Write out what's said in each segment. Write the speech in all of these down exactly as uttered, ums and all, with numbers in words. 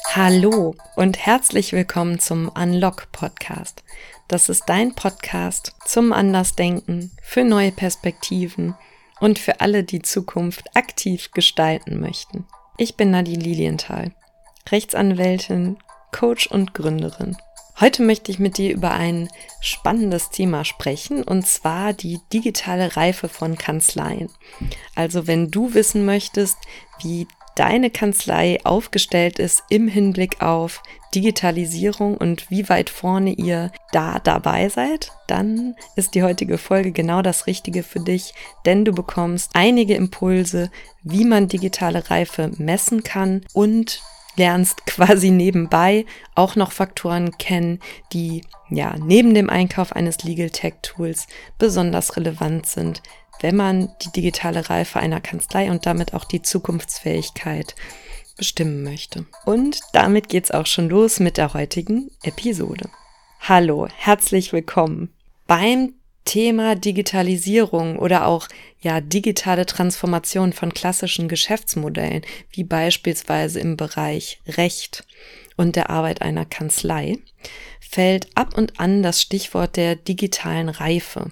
Hallo und herzlich willkommen zum Unlock Podcast. Das ist dein Podcast zum Andersdenken, für neue Perspektiven und für alle, die Zukunft aktiv gestalten möchten. Ich bin Nadine Lilienthal, Rechtsanwältin, Coach und Gründerin. Heute möchte ich mit dir über ein spannendes Thema sprechen, und zwar die digitale Reife von Kanzleien. Also wenn du wissen möchtest, wie deine Kanzlei aufgestellt ist im Hinblick auf Digitalisierung und wie weit vorne ihr da dabei seid, dann ist die heutige Folge genau das Richtige für dich, denn du bekommst einige Impulse, wie man digitale Reife messen kann und lernst quasi nebenbei auch noch Faktoren kennen, die ja neben dem Einkauf eines Legal Tech Tools besonders relevant sind, wenn man die digitale Reife einer Kanzlei und damit auch die Zukunftsfähigkeit bestimmen möchte. Und damit geht's auch schon los mit der heutigen Episode. Hallo, herzlich willkommen beim Thema Digitalisierung oder auch ja digitale Transformation von klassischen Geschäftsmodellen, wie beispielsweise im Bereich Recht und der Arbeit einer Kanzlei, fällt ab und an das Stichwort der digitalen Reife.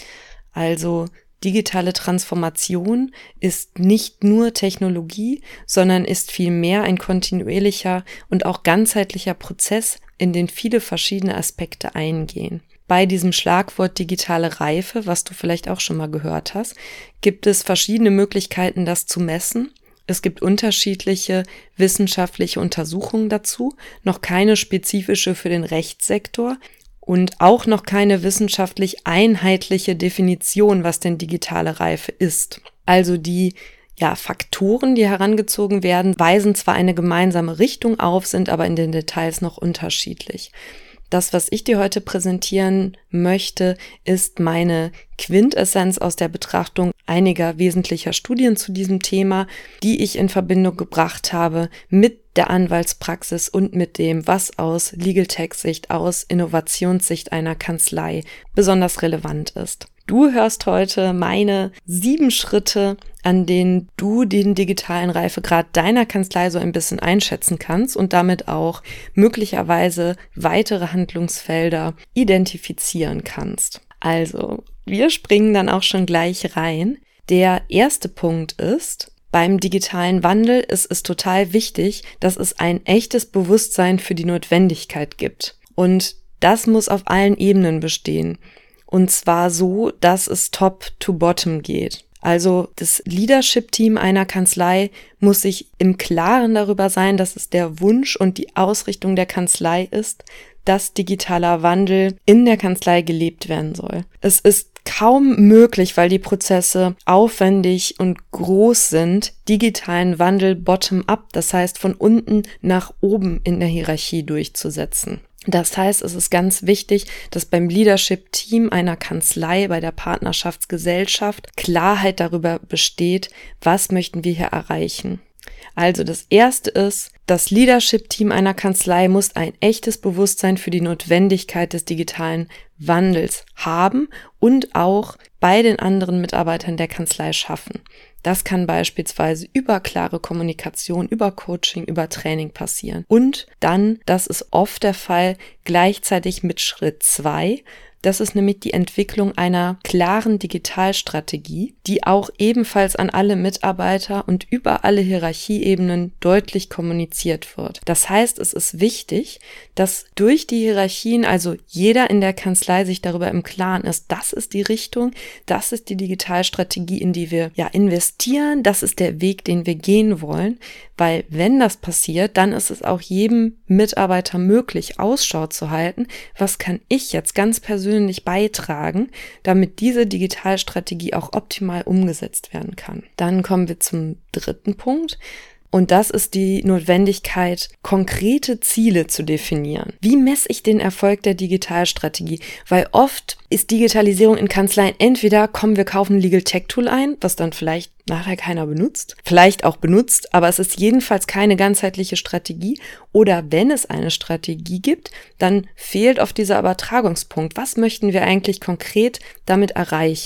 Also digitale Transformation ist nicht nur Technologie, sondern ist vielmehr ein kontinuierlicher und auch ganzheitlicher Prozess, in den viele verschiedene Aspekte eingehen. Bei diesem Schlagwort digitale Reife, was du vielleicht auch schon mal gehört hast, gibt es verschiedene Möglichkeiten, das zu messen. Es gibt unterschiedliche wissenschaftliche Untersuchungen dazu, noch keine spezifische für den Rechtssektor und auch noch keine wissenschaftlich einheitliche Definition, was denn digitale Reife ist. Also die ja, Faktoren, die herangezogen werden, weisen zwar eine gemeinsame Richtung auf, sind aber in den Details noch unterschiedlich. Das, was ich dir heute präsentieren möchte, ist meine Quintessenz aus der Betrachtung einiger wesentlicher Studien zu diesem Thema, die ich in Verbindung gebracht habe mit der Anwaltspraxis und mit dem, was aus Legal Tech-Sicht, aus Innovationssicht einer Kanzlei besonders relevant ist. Du hörst heute meine sieben Schritte, an denen du den digitalen Reifegrad deiner Kanzlei so ein bisschen einschätzen kannst und damit auch möglicherweise weitere Handlungsfelder identifizieren kannst. Also, wir springen dann auch schon gleich rein. Der erste Punkt ist, beim digitalen Wandel ist es total wichtig, dass es ein echtes Bewusstsein für die Notwendigkeit gibt. Und das muss auf allen Ebenen bestehen. Und zwar so, dass es top to bottom geht. Also das Leadership-Team einer Kanzlei muss sich im Klaren darüber sein, dass es der Wunsch und die Ausrichtung der Kanzlei ist, dass digitaler Wandel in der Kanzlei gelebt werden soll. Es ist kaum möglich, weil die Prozesse aufwendig und groß sind, digitalen Wandel bottom-up, das heißt von unten nach oben in der Hierarchie durchzusetzen. Das heißt, es ist ganz wichtig, dass beim Leadership-Team einer Kanzlei, bei der Partnerschaftsgesellschaft Klarheit darüber besteht, was möchten wir hier erreichen. Also das erste ist, das Leadership-Team einer Kanzlei muss ein echtes Bewusstsein für die Notwendigkeit des digitalen Wandels haben und auch bei den anderen Mitarbeitern der Kanzlei schaffen. Das kann beispielsweise über klare Kommunikation, über Coaching, über Training passieren. Und dann, das ist oft der Fall, gleichzeitig mit Schritt zwei. Das ist nämlich die Entwicklung einer klaren Digitalstrategie, die auch ebenfalls an alle Mitarbeiter und über alle Hierarchieebenen deutlich kommuniziert wird. Das heißt, es ist wichtig, dass durch die Hierarchien, also jeder in der Kanzlei sich darüber im Klaren ist, das ist die Richtung, das ist die Digitalstrategie, in die wir ja investieren, das ist der Weg, den wir gehen wollen, weil wenn das passiert, dann ist es auch jedem Mitarbeiter möglich, Ausschau zu halten, was kann ich jetzt ganz persönlich beitragen, damit diese Digitalstrategie auch optimal umgesetzt werden kann. Dann kommen wir zum dritten Punkt. Und das ist die Notwendigkeit, konkrete Ziele zu definieren. Wie messe ich den Erfolg der Digitalstrategie? Weil oft ist Digitalisierung in Kanzleien entweder, komm, wir kaufen ein Legal Tech Tool ein, was dann vielleicht nachher keiner benutzt, vielleicht auch benutzt, aber es ist jedenfalls keine ganzheitliche Strategie. Oder wenn es eine Strategie gibt, dann fehlt oft dieser Übertragungspunkt. Was möchten wir eigentlich konkret damit erreichen?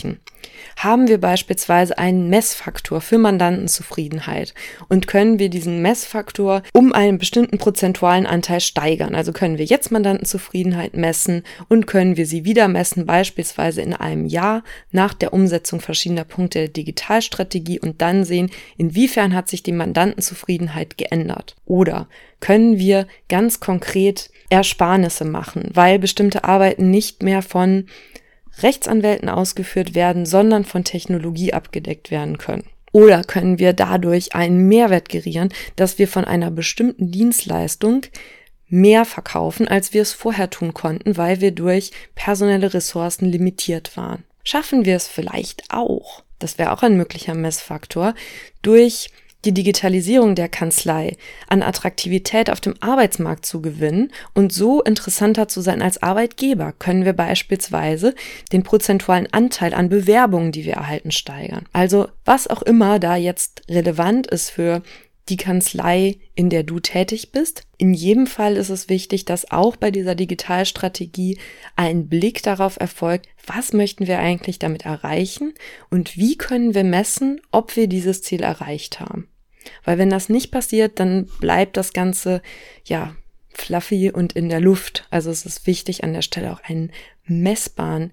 Haben wir beispielsweise einen Messfaktor für Mandantenzufriedenheit und können wir diesen Messfaktor um einen bestimmten prozentualen Anteil steigern. Also können wir jetzt Mandantenzufriedenheit messen und können wir sie wieder messen, beispielsweise in einem Jahr nach der Umsetzung verschiedener Punkte der Digitalstrategie und dann sehen, inwiefern hat sich die Mandantenzufriedenheit geändert. Oder können wir ganz konkret Ersparnisse machen, weil bestimmte Arbeiten nicht mehr von Rechtsanwälten ausgeführt werden, sondern von Technologie abgedeckt werden können. Oder können wir dadurch einen Mehrwert generieren, dass wir von einer bestimmten Dienstleistung mehr verkaufen, als wir es vorher tun konnten, weil wir durch personelle Ressourcen limitiert waren. Schaffen wir es vielleicht auch, das wäre auch ein möglicher Messfaktor, durch die Digitalisierung der Kanzlei an Attraktivität auf dem Arbeitsmarkt zu gewinnen und so interessanter zu sein als Arbeitgeber, können wir beispielsweise den prozentualen Anteil an Bewerbungen, die wir erhalten, steigern. Also was auch immer da jetzt relevant ist für die Kanzlei, in der du tätig bist. In jedem Fall ist es wichtig, dass auch bei dieser Digitalstrategie ein Blick darauf erfolgt, was möchten wir eigentlich damit erreichen und wie können wir messen, ob wir dieses Ziel erreicht haben. Weil wenn das nicht passiert, dann bleibt das Ganze, ja, fluffy und in der Luft. Also es ist wichtig, an der Stelle auch einen messbaren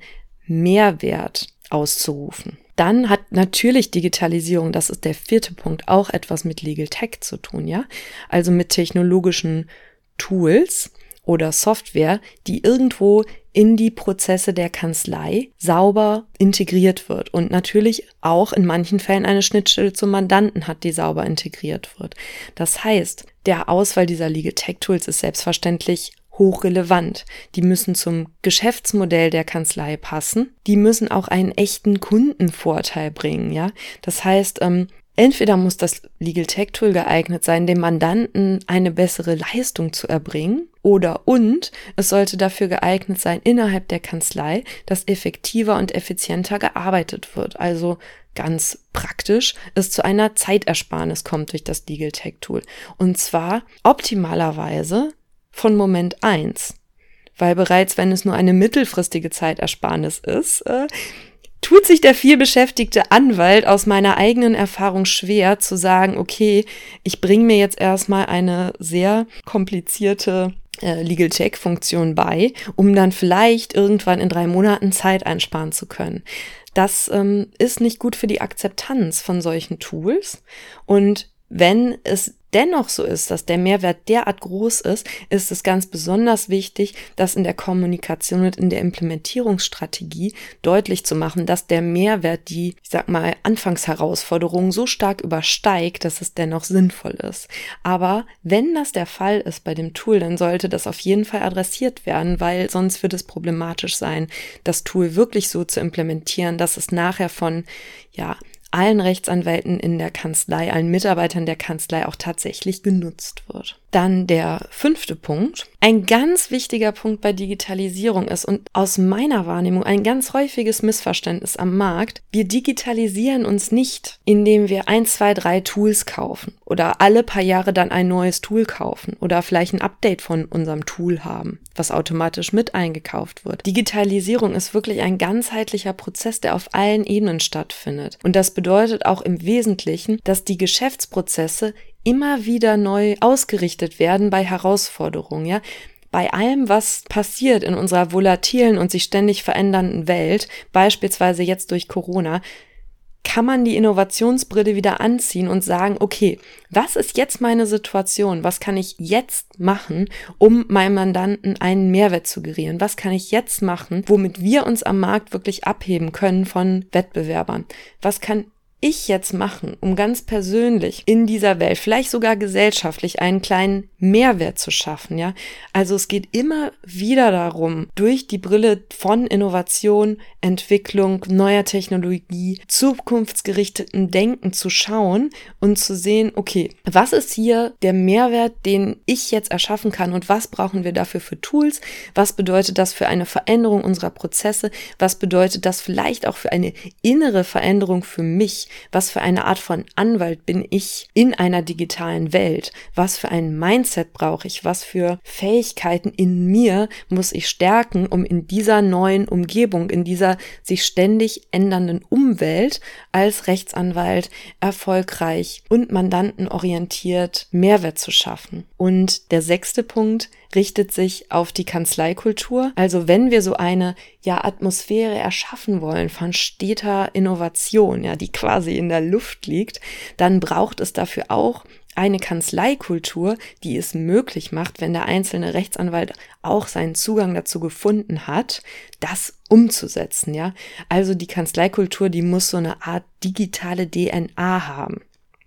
Mehrwert auszurufen. Dann hat natürlich Digitalisierung, das ist der vierte Punkt, auch etwas mit Legal Tech zu tun, ja? Also mit technologischen Tools oder Software, die irgendwo in die Prozesse der Kanzlei sauber integriert wird und natürlich auch in manchen Fällen eine Schnittstelle zum Mandanten hat, die sauber integriert wird. Das heißt, der Auswahl dieser Legal Tech Tools ist selbstverständlich hochrelevant. Die müssen zum Geschäftsmodell der Kanzlei passen. Die müssen auch einen echten Kundenvorteil bringen, ja. Das heißt, ähm, entweder muss das Legal Tech Tool geeignet sein, dem Mandanten eine bessere Leistung zu erbringen, oder und es sollte dafür geeignet sein, innerhalb der Kanzlei, dass effektiver und effizienter gearbeitet wird. Also ganz praktisch, es zu einer Zeitersparnis kommt durch das Legal Tech Tool. Und zwar optimalerweise von Moment eins. Weil bereits, wenn es nur eine mittelfristige Zeitersparnis ist, äh, tut sich der vielbeschäftigte Anwalt aus meiner eigenen Erfahrung schwer zu sagen, okay, ich bringe mir jetzt erstmal eine sehr komplizierte äh, Legal Check-Funktion bei, um dann vielleicht irgendwann in drei Monaten Zeit einsparen zu können. Das ähm, ist nicht gut für die Akzeptanz von solchen Tools. Und wenn es dennoch so ist, dass der Mehrwert derart groß ist, ist es ganz besonders wichtig, das in der Kommunikation und in der Implementierungsstrategie deutlich zu machen, dass der Mehrwert die, ich sag mal, Anfangsherausforderungen so stark übersteigt, dass es dennoch sinnvoll ist. Aber wenn das der Fall ist bei dem Tool, dann sollte das auf jeden Fall adressiert werden, weil sonst wird es problematisch sein, das Tool wirklich so zu implementieren, dass es nachher von, ja, allen Rechtsanwälten in der Kanzlei, allen Mitarbeitern der Kanzlei auch tatsächlich genutzt wird. Dann der fünfte Punkt. Ein ganz wichtiger Punkt bei Digitalisierung ist und aus meiner Wahrnehmung ein ganz häufiges Missverständnis am Markt. Wir digitalisieren uns nicht, indem wir ein, zwei, drei Tools kaufen oder alle paar Jahre dann ein neues Tool kaufen oder vielleicht ein Update von unserem Tool haben, was automatisch mit eingekauft wird. Digitalisierung ist wirklich ein ganzheitlicher Prozess, der auf allen Ebenen stattfindet. Und das bedeutet auch im Wesentlichen, dass die Geschäftsprozesse immer wieder neu ausgerichtet werden bei Herausforderungen, ja. Bei allem, was passiert in unserer volatilen und sich ständig verändernden Welt, beispielsweise jetzt durch Corona, kann man die Innovationsbrille wieder anziehen und sagen, okay, was ist jetzt meine Situation? Was kann ich jetzt machen, um meinem Mandanten einen Mehrwert zu generieren? Was kann ich jetzt machen, womit wir uns am Markt wirklich abheben können von Wettbewerbern? Was kann ich jetzt machen, um ganz persönlich in dieser Welt, vielleicht sogar gesellschaftlich, einen kleinen Mehrwert zu schaffen, ja? Also es geht immer wieder darum, durch die Brille von Innovation, Entwicklung, neuer Technologie, zukunftsgerichtetem Denken zu schauen und zu sehen, okay, was ist hier der Mehrwert, den ich jetzt erschaffen kann und was brauchen wir dafür für Tools? Was bedeutet das für eine Veränderung unserer Prozesse? Was bedeutet das vielleicht auch für eine innere Veränderung für mich? Was für eine Art von Anwalt bin ich in einer digitalen Welt? Was für ein Mindset Mindset brauche ich, was für Fähigkeiten in mir muss ich stärken, um in dieser neuen Umgebung, in dieser sich ständig ändernden Umwelt als Rechtsanwalt erfolgreich und mandantenorientiert Mehrwert zu schaffen. Und der sechste Punkt richtet sich auf die Kanzleikultur. Also wenn wir so eine ja Atmosphäre erschaffen wollen von steter Innovation, ja, die quasi in der Luft liegt, dann braucht es dafür auch eine Kanzleikultur, die es möglich macht, wenn der einzelne Rechtsanwalt auch seinen Zugang dazu gefunden hat, das umzusetzen, ja. Also die Kanzleikultur, die muss so eine Art digitale D N A haben.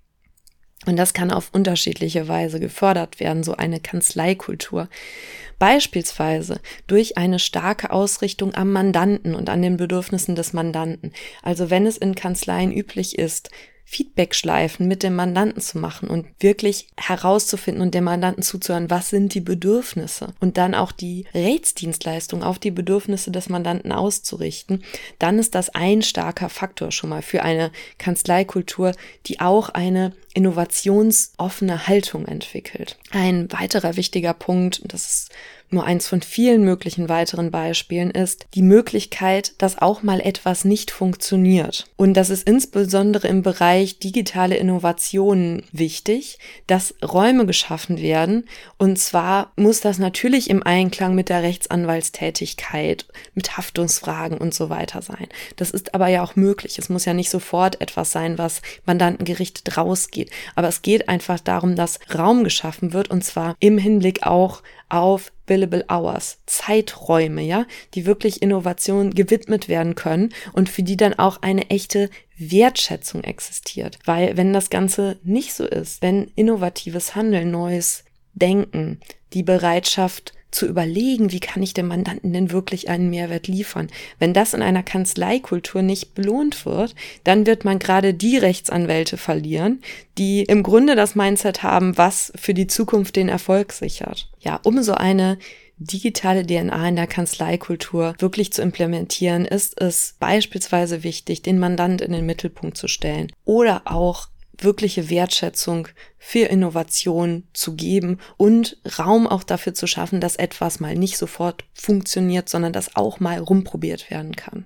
Und das kann auf unterschiedliche Weise gefördert werden, so eine Kanzleikultur. Beispielsweise durch eine starke Ausrichtung am Mandanten und an den Bedürfnissen des Mandanten. Also wenn es in Kanzleien üblich ist, Feedback-Schleifen mit dem Mandanten zu machen und wirklich herauszufinden und dem Mandanten zuzuhören, was sind die Bedürfnisse und dann auch die Rechtsdienstleistung auf die Bedürfnisse des Mandanten auszurichten, dann ist das ein starker Faktor schon mal für eine Kanzleikultur, die auch eine innovationsoffene Haltung entwickelt. Ein weiterer wichtiger Punkt, das ist nur eins von vielen möglichen weiteren Beispielen, ist die Möglichkeit, dass auch mal etwas nicht funktioniert. Und das ist insbesondere im Bereich digitale Innovationen wichtig, dass Räume geschaffen werden. Und zwar muss das natürlich im Einklang mit der Rechtsanwaltstätigkeit, mit Haftungsfragen und so weiter sein. Das ist aber ja auch möglich. Es muss ja nicht sofort etwas sein, was mandantengerichtet rausgeht. Aber es geht einfach darum, dass Raum geschaffen wird, und zwar im Hinblick auch auf Billable Hours, Zeiträume, ja, die wirklich Innovation gewidmet werden können und für die dann auch eine echte Wertschätzung existiert. Weil wenn das Ganze nicht so ist, wenn innovatives Handeln, neues Denken, die Bereitschaft zu überlegen, wie kann ich dem Mandanten denn wirklich einen Mehrwert liefern. Wenn das in einer Kanzleikultur nicht belohnt wird, dann wird man gerade die Rechtsanwälte verlieren, die im Grunde das Mindset haben, was für die Zukunft den Erfolg sichert. Ja, um so eine digitale D N A in der Kanzleikultur wirklich zu implementieren, ist es beispielsweise wichtig, den Mandant in den Mittelpunkt zu stellen oder auch wirkliche Wertschätzung für Innovation zu geben und Raum auch dafür zu schaffen, dass etwas mal nicht sofort funktioniert, sondern dass auch mal rumprobiert werden kann.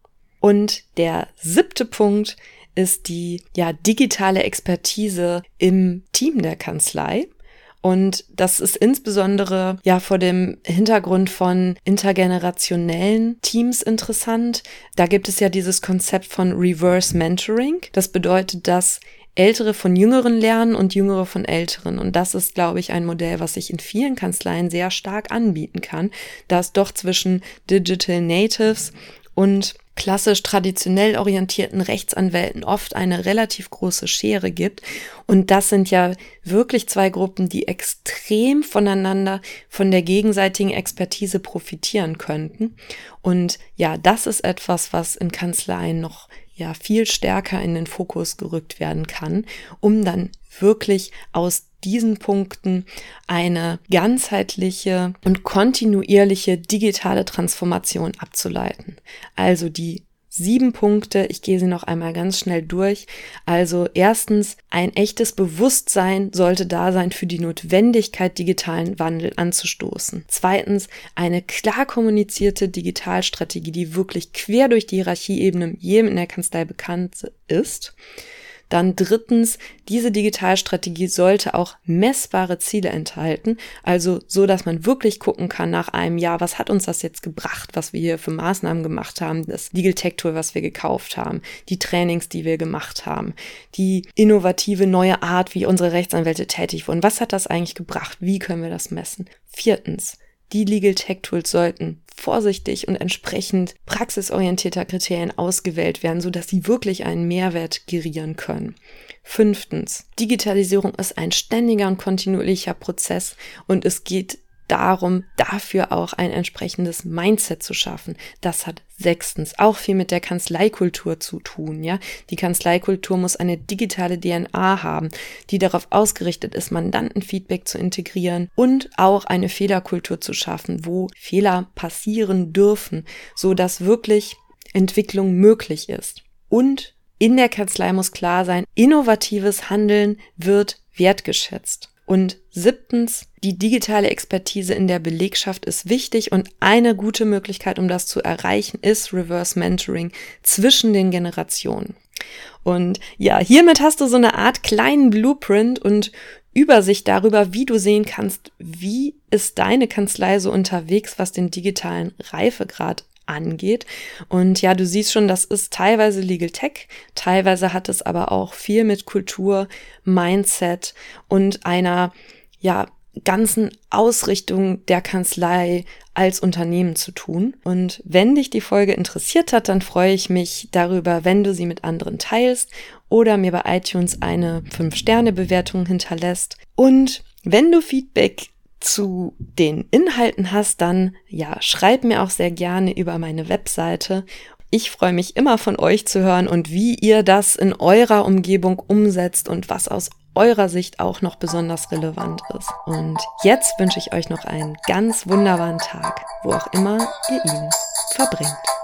Und der siebte Punkt ist die ja digitale Expertise im Team der Kanzlei. Und das ist insbesondere ja vor dem Hintergrund von intergenerationellen Teams interessant. Da gibt es ja dieses Konzept von Reverse Mentoring. Das bedeutet, dass Ältere von Jüngeren lernen und Jüngere von Älteren. Und das ist, glaube ich, ein Modell, was sich in vielen Kanzleien sehr stark anbieten kann, da es doch zwischen Digital Natives und klassisch traditionell orientierten Rechtsanwälten oft eine relativ große Schere gibt. Und das sind ja wirklich zwei Gruppen, die extrem voneinander, von der gegenseitigen Expertise profitieren könnten. Und ja, das ist etwas, was in Kanzleien noch ja viel stärker in den Fokus gerückt werden kann, um dann wirklich aus diesen Punkten eine ganzheitliche und kontinuierliche digitale Transformation abzuleiten. Also die sieben Punkte, ich gehe sie noch einmal ganz schnell durch. Also erstens, ein echtes Bewusstsein sollte da sein für die Notwendigkeit, digitalen Wandel anzustoßen. Zweitens, eine klar kommunizierte Digitalstrategie, die wirklich quer durch die Hierarchieebene jedem in der Kanzlei bekannt ist. Dann drittens, diese Digitalstrategie sollte auch messbare Ziele enthalten, also so, dass man wirklich gucken kann nach einem Jahr, was hat uns das jetzt gebracht, was wir hier für Maßnahmen gemacht haben, das Legal Tech Tool, was wir gekauft haben, die Trainings, die wir gemacht haben, die innovative neue Art, wie unsere Rechtsanwälte tätig wurden. Was hat das eigentlich gebracht? Wie können wir das messen? Viertens, die Legal Tech Tools sollten vorsichtig und entsprechend praxisorientierter Kriterien ausgewählt werden, sodass sie wirklich einen Mehrwert gerieren können. Fünftens, Digitalisierung ist ein ständiger und kontinuierlicher Prozess und es geht darum, dafür auch ein entsprechendes Mindset zu schaffen. Das hat sechstens auch viel mit der Kanzleikultur zu tun, ja. Die Kanzleikultur muss eine digitale D N A haben, die darauf ausgerichtet ist, Mandantenfeedback zu integrieren und auch eine Fehlerkultur zu schaffen, wo Fehler passieren dürfen, so dass wirklich Entwicklung möglich ist. Und in der Kanzlei muss klar sein, innovatives Handeln wird wertgeschätzt. Und siebtens, die digitale Expertise in der Belegschaft ist wichtig und eine gute Möglichkeit, um das zu erreichen, ist Reverse Mentoring zwischen den Generationen. Und ja, hiermit hast du so eine Art kleinen Blueprint und Übersicht darüber, wie du sehen kannst, wie ist deine Kanzlei so unterwegs, was den digitalen Reifegrad angeht. Und ja, du siehst schon, das ist teilweise Legal Tech, teilweise hat es aber auch viel mit Kultur, Mindset und einer, ja, ganzen Ausrichtung der Kanzlei als Unternehmen zu tun. Und wenn dich die Folge interessiert hat, dann freue ich mich darüber, wenn du sie mit anderen teilst oder mir bei iTunes eine fünf Sterne Bewertung hinterlässt. Und wenn du Feedback zu den Inhalten hast, dann ja, schreib mir auch sehr gerne über meine Webseite. Ich freue mich immer von euch zu hören und wie ihr das in eurer Umgebung umsetzt und was aus eurer Sicht auch noch besonders relevant ist. Und jetzt wünsche ich euch noch einen ganz wunderbaren Tag, wo auch immer ihr ihn verbringt.